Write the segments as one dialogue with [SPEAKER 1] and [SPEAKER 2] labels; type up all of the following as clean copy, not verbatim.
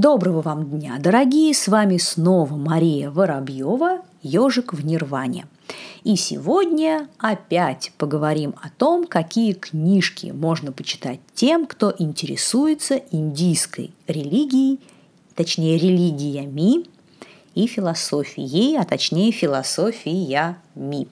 [SPEAKER 1] Доброго вам дня, дорогие! С вами снова Мария Воробьева, «Ежик в Нирване». И сегодня опять поговорим о том, какие книжки можно почитать тем, кто интересуется индийской религией, точнее религиями и философией, а точнее философиями.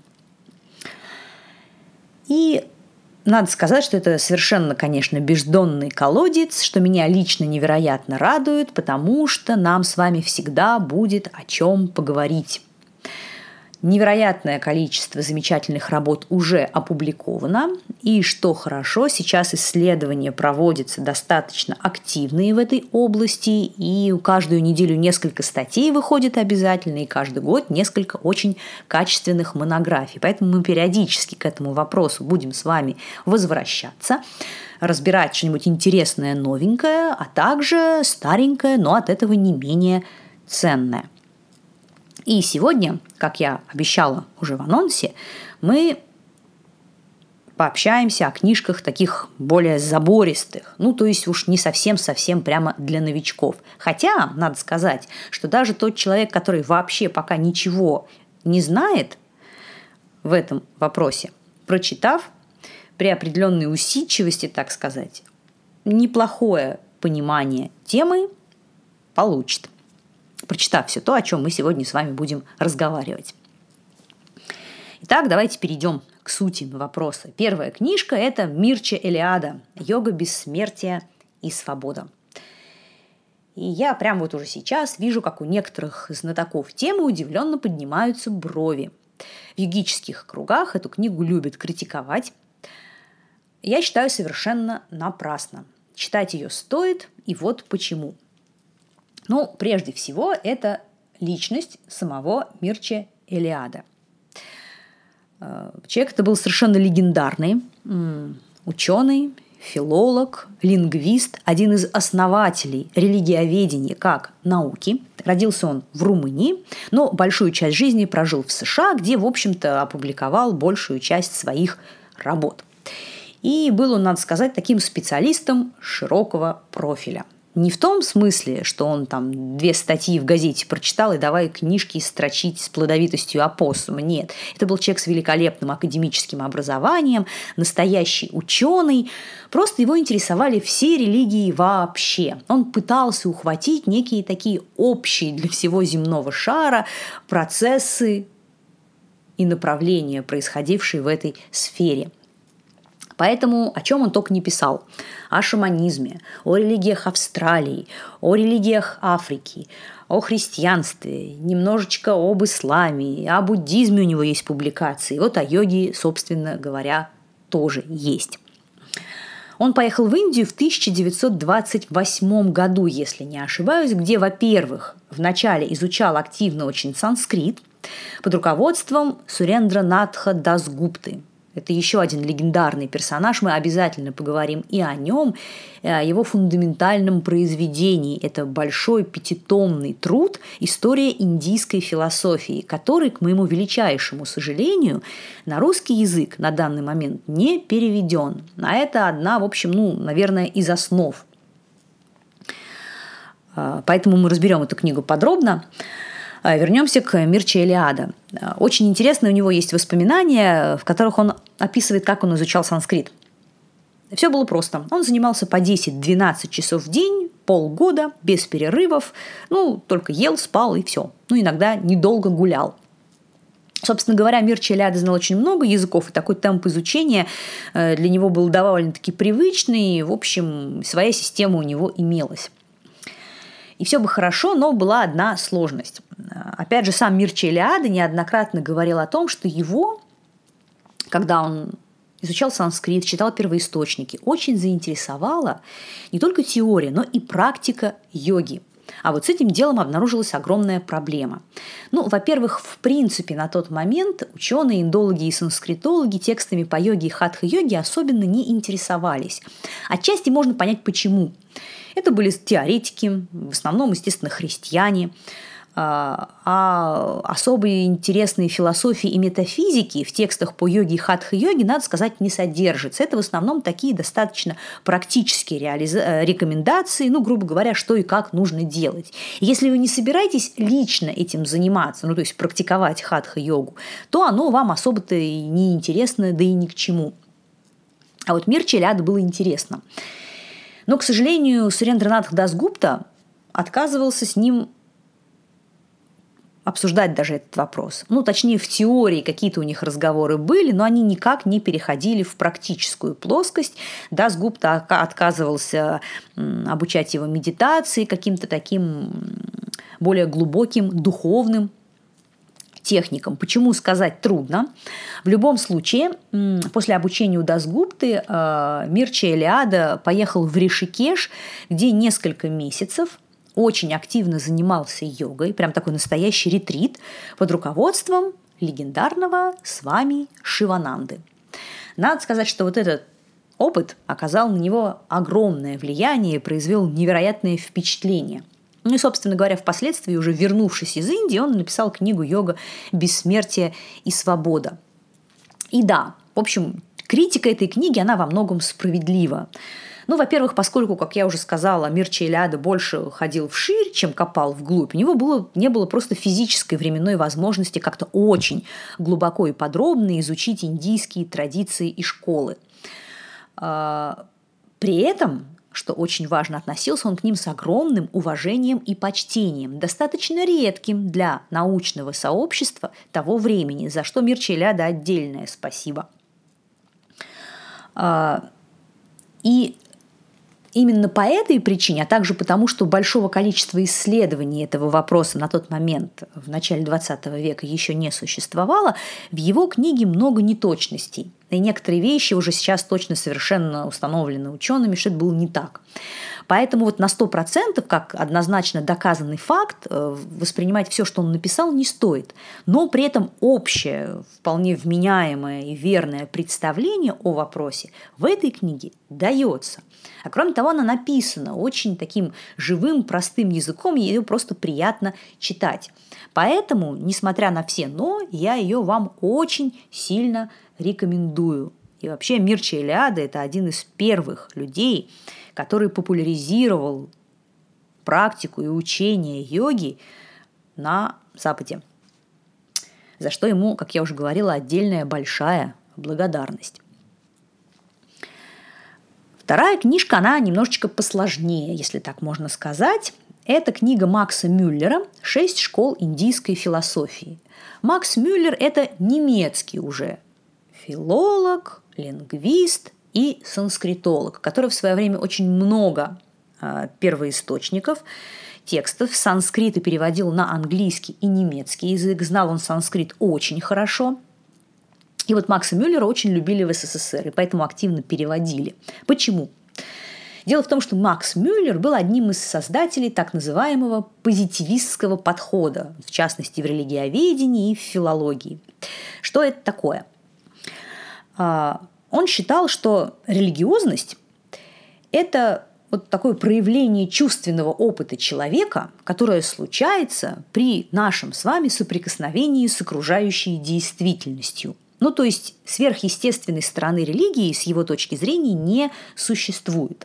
[SPEAKER 1] И надо сказать, что это совершенно, конечно, бездонный колодец, что меня лично невероятно радует, потому что нам с вами всегда будет о чем поговорить. Невероятное количество замечательных работ уже опубликовано, и, что хорошо, сейчас исследования проводятся достаточно активные в этой области, и каждую неделю несколько статей выходит обязательно, и каждый год несколько очень качественных монографий. Поэтому мы периодически к этому вопросу будем с вами возвращаться, разбирать что-нибудь интересное, новенькое, а также старенькое, но от этого не менее ценное. И сегодня, как я обещала уже в анонсе, мы пообщаемся о книжках таких более забористых, то есть уж не совсем прямо для новичков. Хотя, надо сказать, что даже тот человек, который вообще пока ничего не знает в этом вопросе, прочитав, при определенной усидчивости, так сказать, неплохое понимание темы получит, прочитав все то, о чем мы сегодня с вами будем разговаривать. Итак, давайте перейдем к сути вопроса. Первая книжка – это Мирча Элиада «Йога, бессмертие и свобода». И я прямо вот уже сейчас вижу, как у некоторых знатоков темы удивленно поднимаются брови. В йогических кругах эту книгу любят критиковать. Я считаю, совершенно напрасно. Читать ее стоит, и вот почему. Прежде всего, это личность самого Мирча Элиада. Человек это был совершенно легендарный ученый, филолог, лингвист, один из основателей религиоведения как науки. Родился он в Румынии, но большую часть жизни прожил в США, где, в общем-то, опубликовал большую часть своих работ. И был он, надо сказать, таким специалистом широкого профиля. Не в том смысле, что он там 2 статьи в газете прочитал и давай книжки строчить с плодовитостью опоссума. Нет, это был человек с великолепным академическим образованием, настоящий ученый. Просто его интересовали все религии вообще. Он пытался ухватить некие такие общие для всего земного шара процессы и направления, происходившие в этой сфере. Поэтому о чем он только не писал. О шаманизме, о религиях Австралии, о религиях Африки, о христианстве, немножечко об исламе, о буддизме у него есть публикации. Вот о йоге, собственно говоря, тоже есть. Он поехал в Индию в 1928 году, если не ошибаюсь, где, во-первых, вначале изучал активно очень санскрит под руководством Сурендранатха Дасгупты. Это еще один легендарный персонаж, мы обязательно поговорим и о нем, и о его фундаментальном произведении. Это большой 5-томный труд «История индийской философии», который, к моему величайшему сожалению, на русский язык на данный момент не переведен. А это одна, в общем, наверное, из основ. Поэтому мы разберем эту книгу подробно. Вернемся к Мирча Элиада. Очень интересно, у него есть воспоминания, в которых он описывает, как он изучал санскрит. Все было просто. Он занимался по 10-12 часов в день, полгода, без перерывов, только ел, спал и все. Иногда недолго гулял. Собственно говоря, Мирча Элиада знал очень много языков, и такой темп изучения для него был довольно-таки привычный, и, в общем, своя система у него имелась. И все бы хорошо, но была одна сложность. Опять же, сам Мирча Элиада неоднократно говорил о том, что его, когда он изучал санскрит, читал первоисточники, очень заинтересовала не только теория, но и практика йоги. А вот с этим делом обнаружилась огромная проблема. Во-первых, в принципе, на тот момент ученые, индологи и санскритологи текстами по йоге и хатха-йоге особенно не интересовались. Отчасти можно понять, почему. Это были теоретики, в основном, естественно, христиане. а особые интересные философии и метафизики в текстах по йоге и хатха-йоге, надо сказать, не содержится. Это в основном такие достаточно практические рекомендации, грубо говоря, что и как нужно делать. И если вы не собираетесь лично этим заниматься, то есть практиковать хатха-йогу, то оно вам особо-то и не интересно, да и ни к чему. А вот Мирча Элиада было интересно. Но, к сожалению, Сурендранатх Дасгупта отказывался с ним обсуждать даже этот вопрос. Точнее, в теории какие-то у них разговоры были, но они никак не переходили в практическую плоскость. Дасгупта отказывался обучать его медитации, каким-то таким более глубоким духовным техникам. Почему, сказать трудно. В любом случае, после обучения у Дасгупты Мирча Элиада поехал в Ришикеш, где несколько месяцев очень активно занимался йогой, прям такой настоящий ретрит под руководством легендарного Свами Шивананды. Надо сказать, что вот этот опыт оказал на него огромное влияние и произвел невероятное впечатление. И, собственно говоря, впоследствии, уже вернувшись из Индии, он написал книгу «Йога, бессмертие и свобода». И да, в общем, критика этой книги, она во многом справедлива. Во-первых, поскольку, как я уже сказала, Мирча Элиада больше ходил вширь, чем копал вглубь, у него не было просто физической временной возможности как-то очень глубоко и подробно изучить индийские традиции и школы. При этом, что очень важно, относился он к ним с огромным уважением и почтением, достаточно редким для научного сообщества того времени, за что Мирча Элиада отдельное спасибо. И именно по этой причине, а также потому, что большого количества исследований этого вопроса на тот момент, в начале XX века, еще не существовало, в его книге много неточностей. И некоторые вещи уже сейчас точно совершенно установлены учеными, что это было не так. Поэтому на 100%, как однозначно доказанный факт, воспринимать все, что он написал, не стоит. Но при этом общее, вполне вменяемое и верное представление о вопросе в этой книге дается. А кроме того, она написана очень таким живым, простым языком, и ее просто приятно читать. Поэтому, несмотря на все «но», я ее вам очень сильно рекомендую. И вообще Мирча Элиада – это один из первых людей, который популяризировал практику и учение йоги на Западе, за что ему, как я уже говорила, отдельная большая благодарность. Вторая книжка, она немножечко посложнее, если так можно сказать. Это книга Макса Мюллера «6 школ индийской философии». Макс Мюллер – это немецкий уже филолог, лингвист и санскритолог, который в свое время очень много первоисточников, текстов санскрита переводил на английский и немецкий язык. Знал он санскрит очень хорошо. И Макса Мюллера очень любили в СССР, и поэтому активно переводили. Почему? Дело в том, что Макс Мюллер был одним из создателей так называемого позитивистского подхода, в частности, в религиоведении и в филологии. Что это такое? Он считал, что религиозность – это такое проявление чувственного опыта человека, которое случается при нашем с вами соприкосновении с окружающей действительностью. То есть сверхъестественной стороны религии с его точки зрения не существует.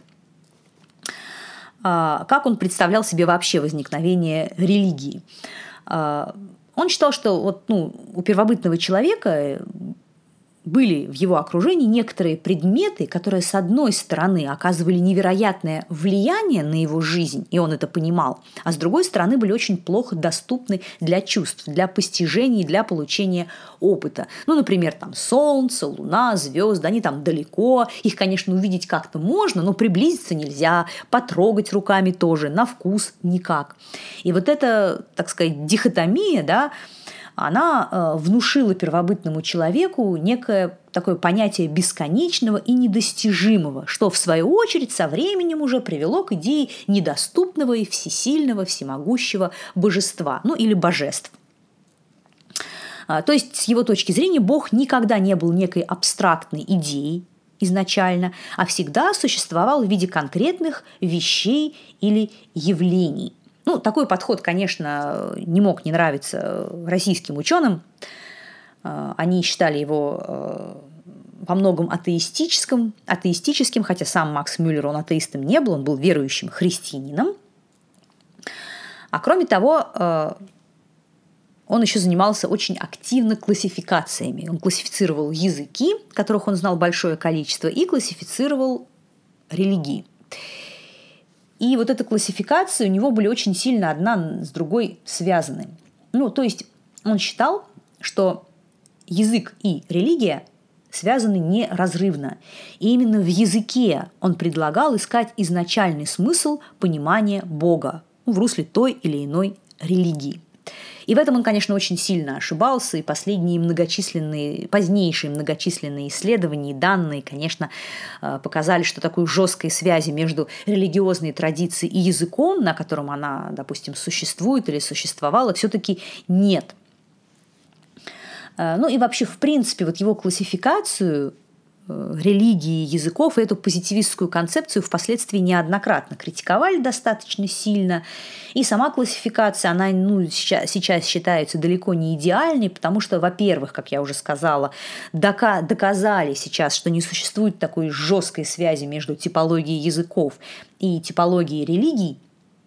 [SPEAKER 1] Как он представлял себе вообще возникновение религии? Он считал, что у первобытного человека были в его окружении некоторые предметы, которые, с одной стороны, оказывали невероятное влияние на его жизнь, и он это понимал, а с другой стороны, были очень плохо доступны для чувств, для постижений, для получения опыта. Например, солнце, луна, звезды, они там далеко, их, конечно, увидеть как-то можно, но приблизиться нельзя, потрогать руками тоже, на вкус никак. И эта, так сказать, дихотомия, она внушила первобытному человеку некое такое понятие бесконечного и недостижимого, что, в свою очередь, со временем уже привело к идее недоступного и всесильного, всемогущего божества, или божеств. То есть, с его точки зрения, Бог никогда не был некой абстрактной идеей изначально, а всегда существовал в виде конкретных вещей или явлений. Ну, такой подход, конечно, не мог не нравиться российским ученым. Они считали его во многом атеистическим, хотя сам Макс Мюллер, он атеистом не был, он был верующим христианином. А кроме того, он еще занимался очень активно классификациями. Он классифицировал языки, которых он знал большое количество, и классифицировал религии. И вот эта классификация у него были очень сильно одна с другой связаны. Ну, то есть он считал, что язык и религия связаны неразрывно. И именно в языке он предлагал искать изначальный смысл понимания Бога в русле той или иной религии. И в этом он, конечно, очень сильно ошибался, и позднейшие многочисленные исследования и данные, конечно, показали, что такой жесткой связи между религиозной традицией и языком, на котором она, допустим, существует или существовала, все-таки нет. Ну и вообще, в принципе, вот его классификацию религии, языков и эту позитивистскую концепцию впоследствии неоднократно критиковали достаточно сильно. И сама классификация, она сейчас считается далеко не идеальной, потому что, во-первых, как я уже сказала, доказали сейчас, что не существует такой жесткой связи между типологией языков и типологией религий,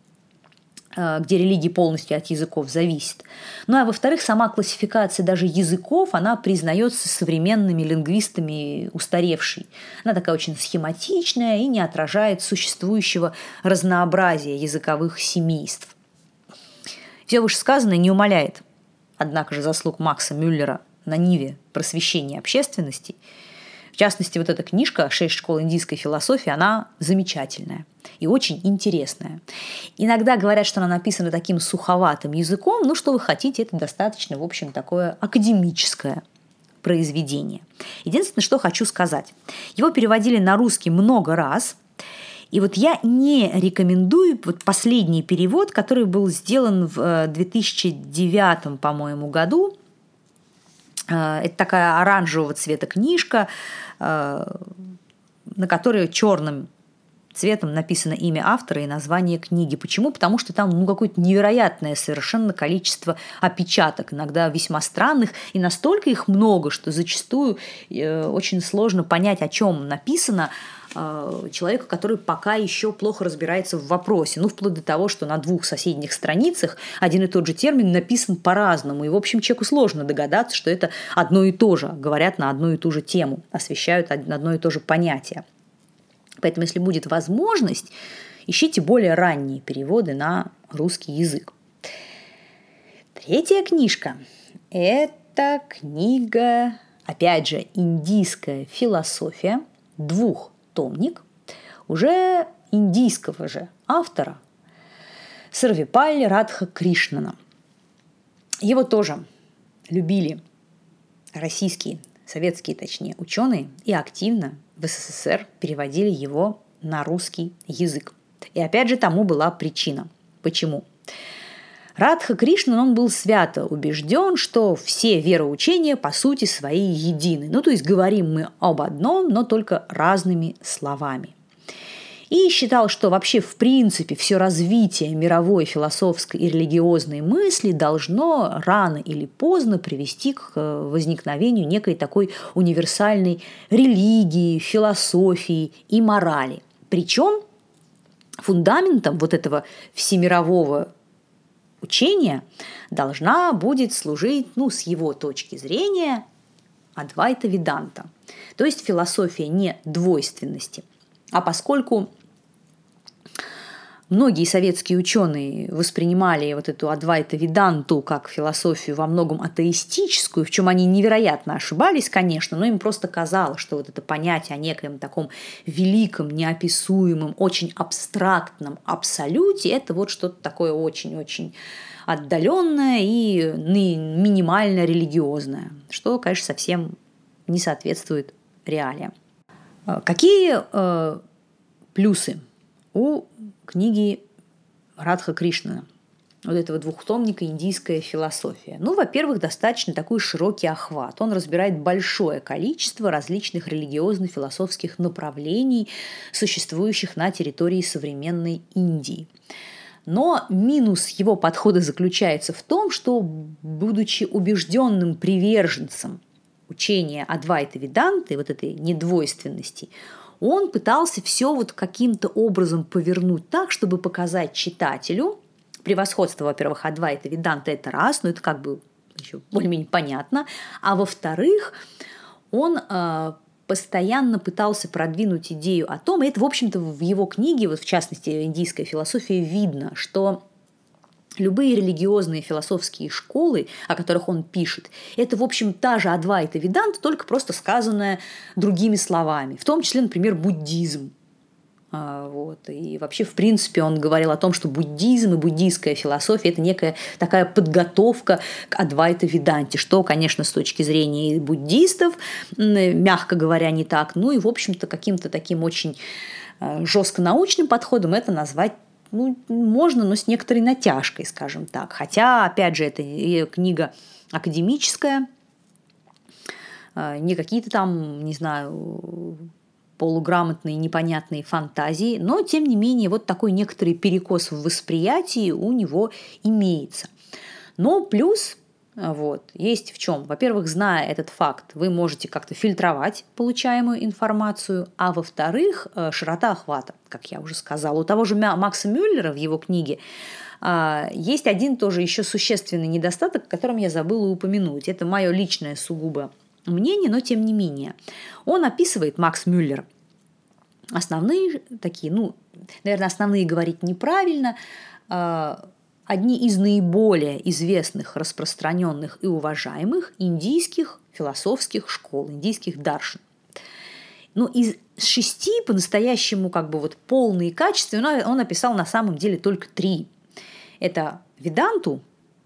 [SPEAKER 1] где религия полностью от языков зависит. Ну а во-вторых, сама классификация даже языков, она признается современными лингвистами устаревшей. Она такая очень схематичная и не отражает существующего разнообразия языковых семейств. Все вышесказанное не умаляет, однако же, заслуг Макса Мюллера на ниве просвещения общественности. В частности, вот эта книжка «6 школ индийской философии», она замечательная и очень интересная. Иногда говорят, что она написана таким суховатым языком, ну, что вы хотите, это достаточно, в общем, такое академическое произведение. Единственное, что хочу сказать. Его переводили на русский много раз, и вот я не рекомендую вот последний перевод, который был сделан в 2009, по-моему, году. Это такая оранжевого цвета книжка, на которой черным цветом написано имя автора и название книги. Почему? Потому что там какое-то невероятное совершенно количество опечаток, иногда весьма странных, и настолько их много, что зачастую очень сложно понять, о чем написано человеку, который пока еще плохо разбирается в вопросе. Ну, вплоть до того, что на 2 соседних страницах один и тот же термин написан по-разному. И, в общем, человеку сложно догадаться, что это одно и то же, говорят на одну и ту же тему, освещают одно и то же понятие. Поэтому, если будет возможность, ищите более ранние переводы на русский язык. Третья книжка – это книга, опять же, «Индийская философия», 2-томник, уже индийского же автора Сарвепалли Радхакришнана. Его тоже любили российские, советские, точнее, ученые и активно в СССР переводили его на русский язык. И опять же тому была причина. Почему? Радхакришнан, он был свято убежден, что все вероучения по сути своей едины. Ну, то есть говорим мы об одном, но только разными словами. И считал, что вообще в принципе все развитие мировой философской и религиозной мысли должно рано или поздно привести к возникновению некой такой универсальной религии, философии и морали. Причем фундаментом вот этого всемирового учения должна будет служить, с его точки зрения, Адвайта Веданта, то есть философия не двойственности. А поскольку многие советские ученые воспринимали вот эту Адвайта Веданту как философию во многом атеистическую, в чем они невероятно ошибались, конечно, но им просто казалось, что вот это понятие о некоем таком великом, неописуемом, очень абстрактном абсолюте – это вот что-то такое очень-очень отдаленное и минимально религиозное, что, конечно, совсем не соответствует реалиям. Какие плюсы у книги Радхакришнана, вот этого 2-томника «Индийская философия»? Во-первых, достаточно такой широкий охват. Он разбирает большое количество различных религиозно-философских направлений, существующих на территории современной Индии. Но минус его подхода заключается в том, что, будучи убежденным приверженцем учения Адвайта Веданты, вот этой недвойственности, он пытался все вот каким-то образом повернуть так, чтобы показать читателю превосходство, во-первых, Адвайта Веданты – это раз, но это как бы еще более-менее понятно, а во-вторых, он постоянно пытался продвинуть идею о том, и это, в общем-то, в его книге, вот в частности, «Индийская философия», видно, что любые религиозные философские школы, о которых он пишет, это, в общем, та же Адвайта Веданта, только просто сказанная другими словами, в том числе, например, буддизм. Вот. И вообще, в принципе, он говорил о том, что буддизм и буддийская философия – это некая такая подготовка к Адвайта Веданте, что, конечно, с точки зрения буддистов, мягко говоря, не так. Ну и, в общем-то, каким-то таким очень жестко научным подходом это назвать можно, но с некоторой натяжкой, скажем так. Хотя, опять же, это книга академическая, не какие-то там, не знаю, полуграмотные, непонятные фантазии, но, тем не менее, вот такой некоторый перекос в восприятии у него имеется. Но плюс есть в чем. Во-первых, зная этот факт, вы можете как-то фильтровать получаемую информацию, а во-вторых, широта охвата, как я уже сказала. У того же Макса Мюллера в его книге есть один тоже еще существенный недостаток, о котором я забыла упомянуть. Это мое личное сугубо мнение, но тем не менее. Он описывает, Макс Мюллер, основные такие, наверное, основные говорить неправильно, одни из наиболее известных, распространенных и уважаемых индийских философских школ, индийских даршин. Из 6 по-настоящему полные качества он описал на самом деле только 3. Это Веданту,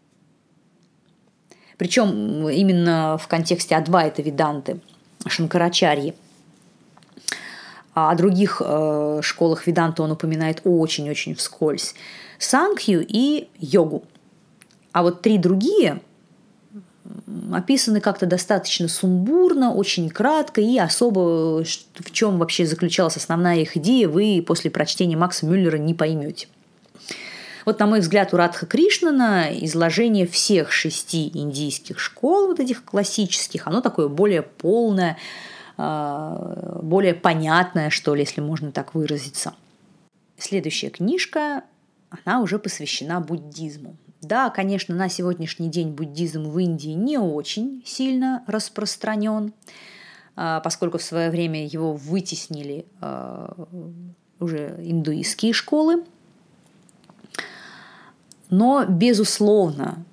[SPEAKER 1] причем именно в контексте Адвайта Веданты, Шанкарачарьи. О других школах Веданты он упоминает очень-очень вскользь. Санкхью и йогу. А вот 3 другие описаны как-то достаточно сумбурно, очень кратко, и особо в чем вообще заключалась основная их идея, вы после прочтения Макса Мюллера не поймете. Вот, на мой взгляд, у Радха Кришнана изложение всех 6 индийских школ, вот этих классических, оно такое более полное, более понятное, что ли, если можно так выразиться. Следующая книжка, она уже посвящена буддизму. Да, конечно, на сегодняшний день буддизм в Индии не очень сильно распространен, поскольку в свое время его вытеснили уже индуистские школы. Но, безусловно,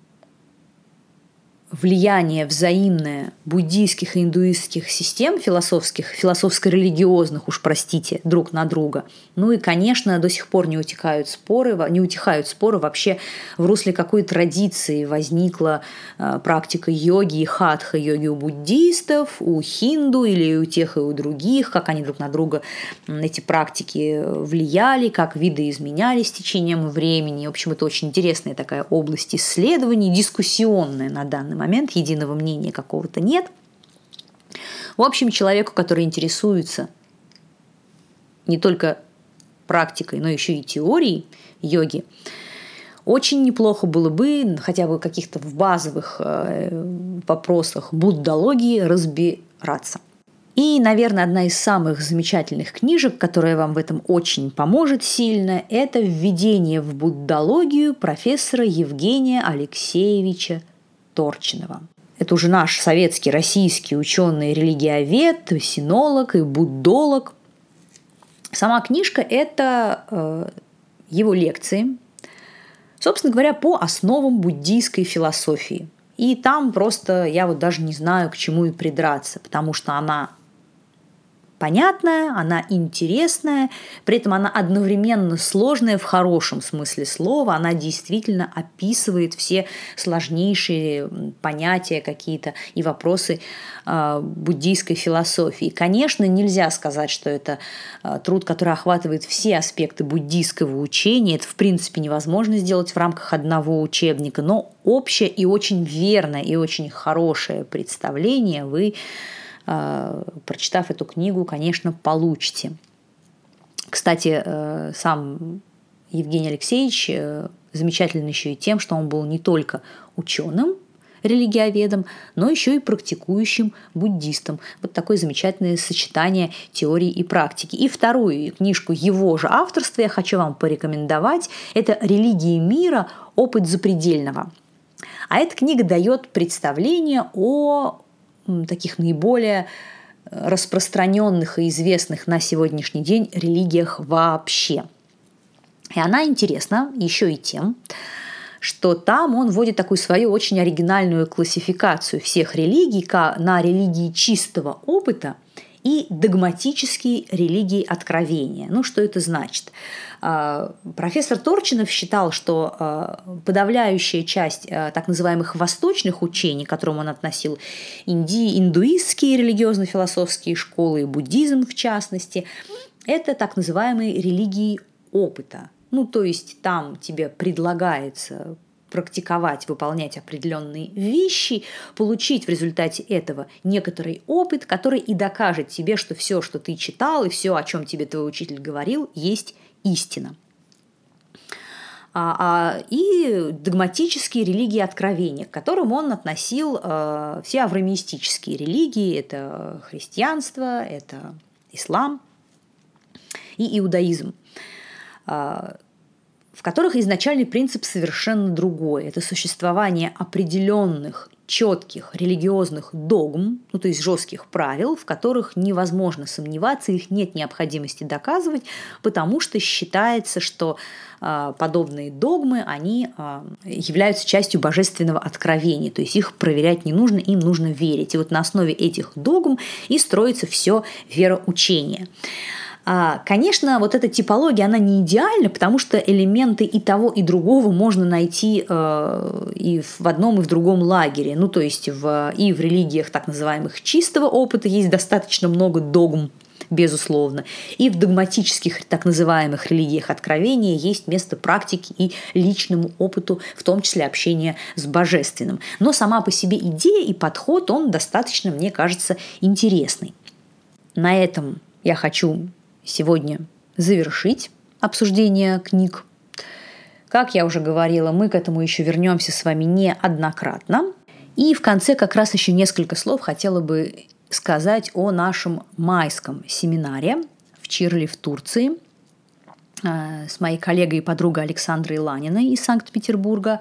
[SPEAKER 1] влияние взаимное буддийских и индуистских систем философско-религиозных, уж простите, друг на друга. И, конечно, до сих пор не утихают споры вообще, в русле какой традиции возникла практика йоги и хатха-йоги у буддистов, у хинду или у тех и у других, как они друг на друга, эти практики, влияли, как виды изменялись с течением времени. В общем, это очень интересная такая область исследований, дискуссионная на данный момент, единого мнения какого-то нет. В общем, человеку, который интересуется не только практикой, но еще и теорией йоги, очень неплохо было бы хотя бы каких-то в базовых вопросах буддологии разбираться. И, наверное, одна из самых замечательных книжек, которая вам в этом очень поможет сильно, это «Введение в буддологию» профессора Евгения Алексеевича Торчинова. Это уже наш советский, российский ученый, религиовед, синолог и буддолог. Сама книжка – это его лекции, собственно говоря, по основам буддийской философии. И там просто я даже не знаю, к чему и придраться, потому что она понятная, она интересная, при этом она одновременно сложная в хорошем смысле слова, она действительно описывает все сложнейшие понятия какие-то и вопросы буддийской философии. Конечно, нельзя сказать, что это труд, который охватывает все аспекты буддийского учения, это в принципе невозможно сделать в рамках одного учебника, но общее и очень верное и очень хорошее представление вы, прочитав эту книгу, конечно, получите. Кстати, сам Евгений Алексеевич замечателен еще и тем, что он был не только ученым, религиоведом, но еще и практикующим буддистом. Вот такое замечательное сочетание теории и практики. И вторую книжку его же авторства я хочу вам порекомендовать. Это «Религия мира. Опыт запредельного». А эта книга дает представление о таких наиболее распространенных и известных на сегодняшний день религиях вообще. И она интересна еще и тем, что там он вводит такую свою очень оригинальную классификацию всех религий на религии чистого опыта и догматические религии откровения. Ну, что это значит? Профессор Торчинов считал, что подавляющая часть так называемых восточных учений, к которым он относил индуистские религиозно-философские школы и буддизм в частности, это так называемые религии опыта. Ну, то есть там тебе предлагается практиковать, выполнять определенные вещи, получить в результате этого некоторый опыт, который и докажет тебе, что все, что ты читал, и все, о чем тебе твой учитель говорил, есть истина. И догматические религии откровения, к которым он относил все авраамистические религии. Это христианство, это ислам и иудаизм, в которых изначальный принцип совершенно другой. Это существование определенных четких религиозных догм, ну, то есть жестких правил, в которых невозможно сомневаться, их нет необходимости доказывать, потому что считается, что подобные догмы, они являются частью божественного откровения, то есть их проверять не нужно, им нужно верить. И вот на основе этих догм и строится все вероучение. Конечно, вот эта типология, она не идеальна, потому что элементы и того, и другого можно найти и в одном, и в другом лагере. Ну, то есть и в религиях так называемых чистого опыта есть достаточно много догм, безусловно. И в догматических так называемых религиях откровения есть место практике и личному опыту, в том числе общения с божественным. Но сама по себе идея и подход, он достаточно, мне кажется, интересный. На этом я хочу сегодня завершить обсуждение книг. Как я уже говорила, мы к этому еще вернемся с вами неоднократно. И в конце как раз еще несколько слов хотела бы сказать о нашем майском семинаре в Чирли в Турции с моей коллегой и подругой Александрой Ланиной из Санкт-Петербурга,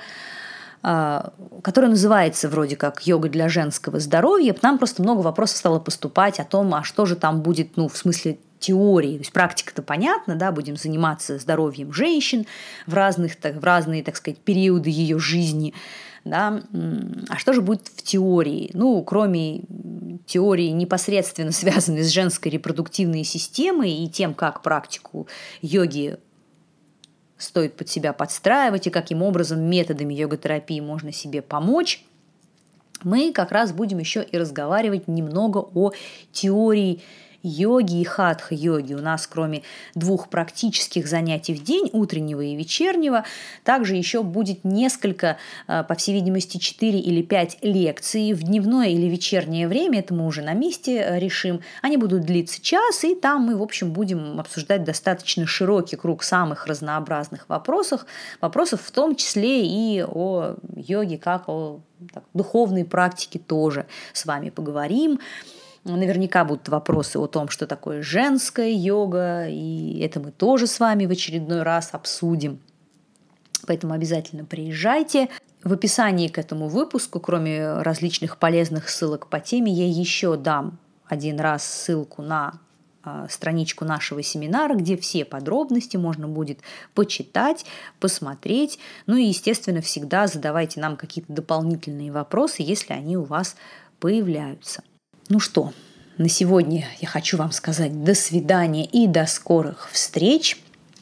[SPEAKER 1] который называется вроде как «Йога для женского здоровья». Нам просто много вопросов стало поступать о том, а что же там будет, в смысле теории. То есть практика-то понятна, да, будем заниматься здоровьем женщин в разные, так сказать, периоды ее жизни. Да. А что же будет в теории? Кроме теории, непосредственно связанной с женской репродуктивной системой и тем, как практику йоги стоит под себя подстраивать и каким образом методами йога-терапии можно себе помочь, мы как раз будем еще и разговаривать немного о теории йоги и хатха-йоги. У нас, кроме 2 практических занятий в день, утреннего и вечернего, также еще будет несколько, по всей видимости, 4 или 5 лекций в дневное или вечернее время. Это мы уже на месте решим. Они будут длиться час, и там мы, в общем, будем обсуждать достаточно широкий круг самых разнообразных вопросов, в том числе и о йоге, как о духовной практике тоже с вами поговорим. Наверняка будут вопросы о том, что такое женская йога, и это мы тоже с вами в очередной раз обсудим. Поэтому обязательно приезжайте. В описании к этому выпуску, кроме различных полезных ссылок по теме, я еще дам один раз ссылку на страничку нашего семинара, где все подробности можно будет почитать, посмотреть. И, естественно, всегда задавайте нам какие-то дополнительные вопросы, если они у вас появляются. Ну что, на сегодня я хочу вам сказать до свидания и до скорых встреч.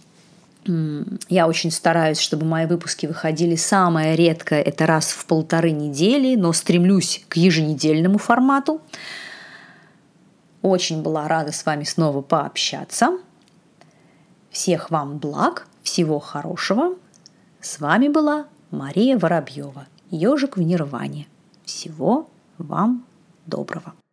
[SPEAKER 1] Я очень стараюсь, чтобы мои выпуски выходили самое редкое, это раз в 1,5 недели, но стремлюсь к еженедельному формату. Очень была рада с вами снова пообщаться. Всех вам благ, всего хорошего. С вами была Мария Воробьева, «Ежик в Нирване». Всего вам доброго.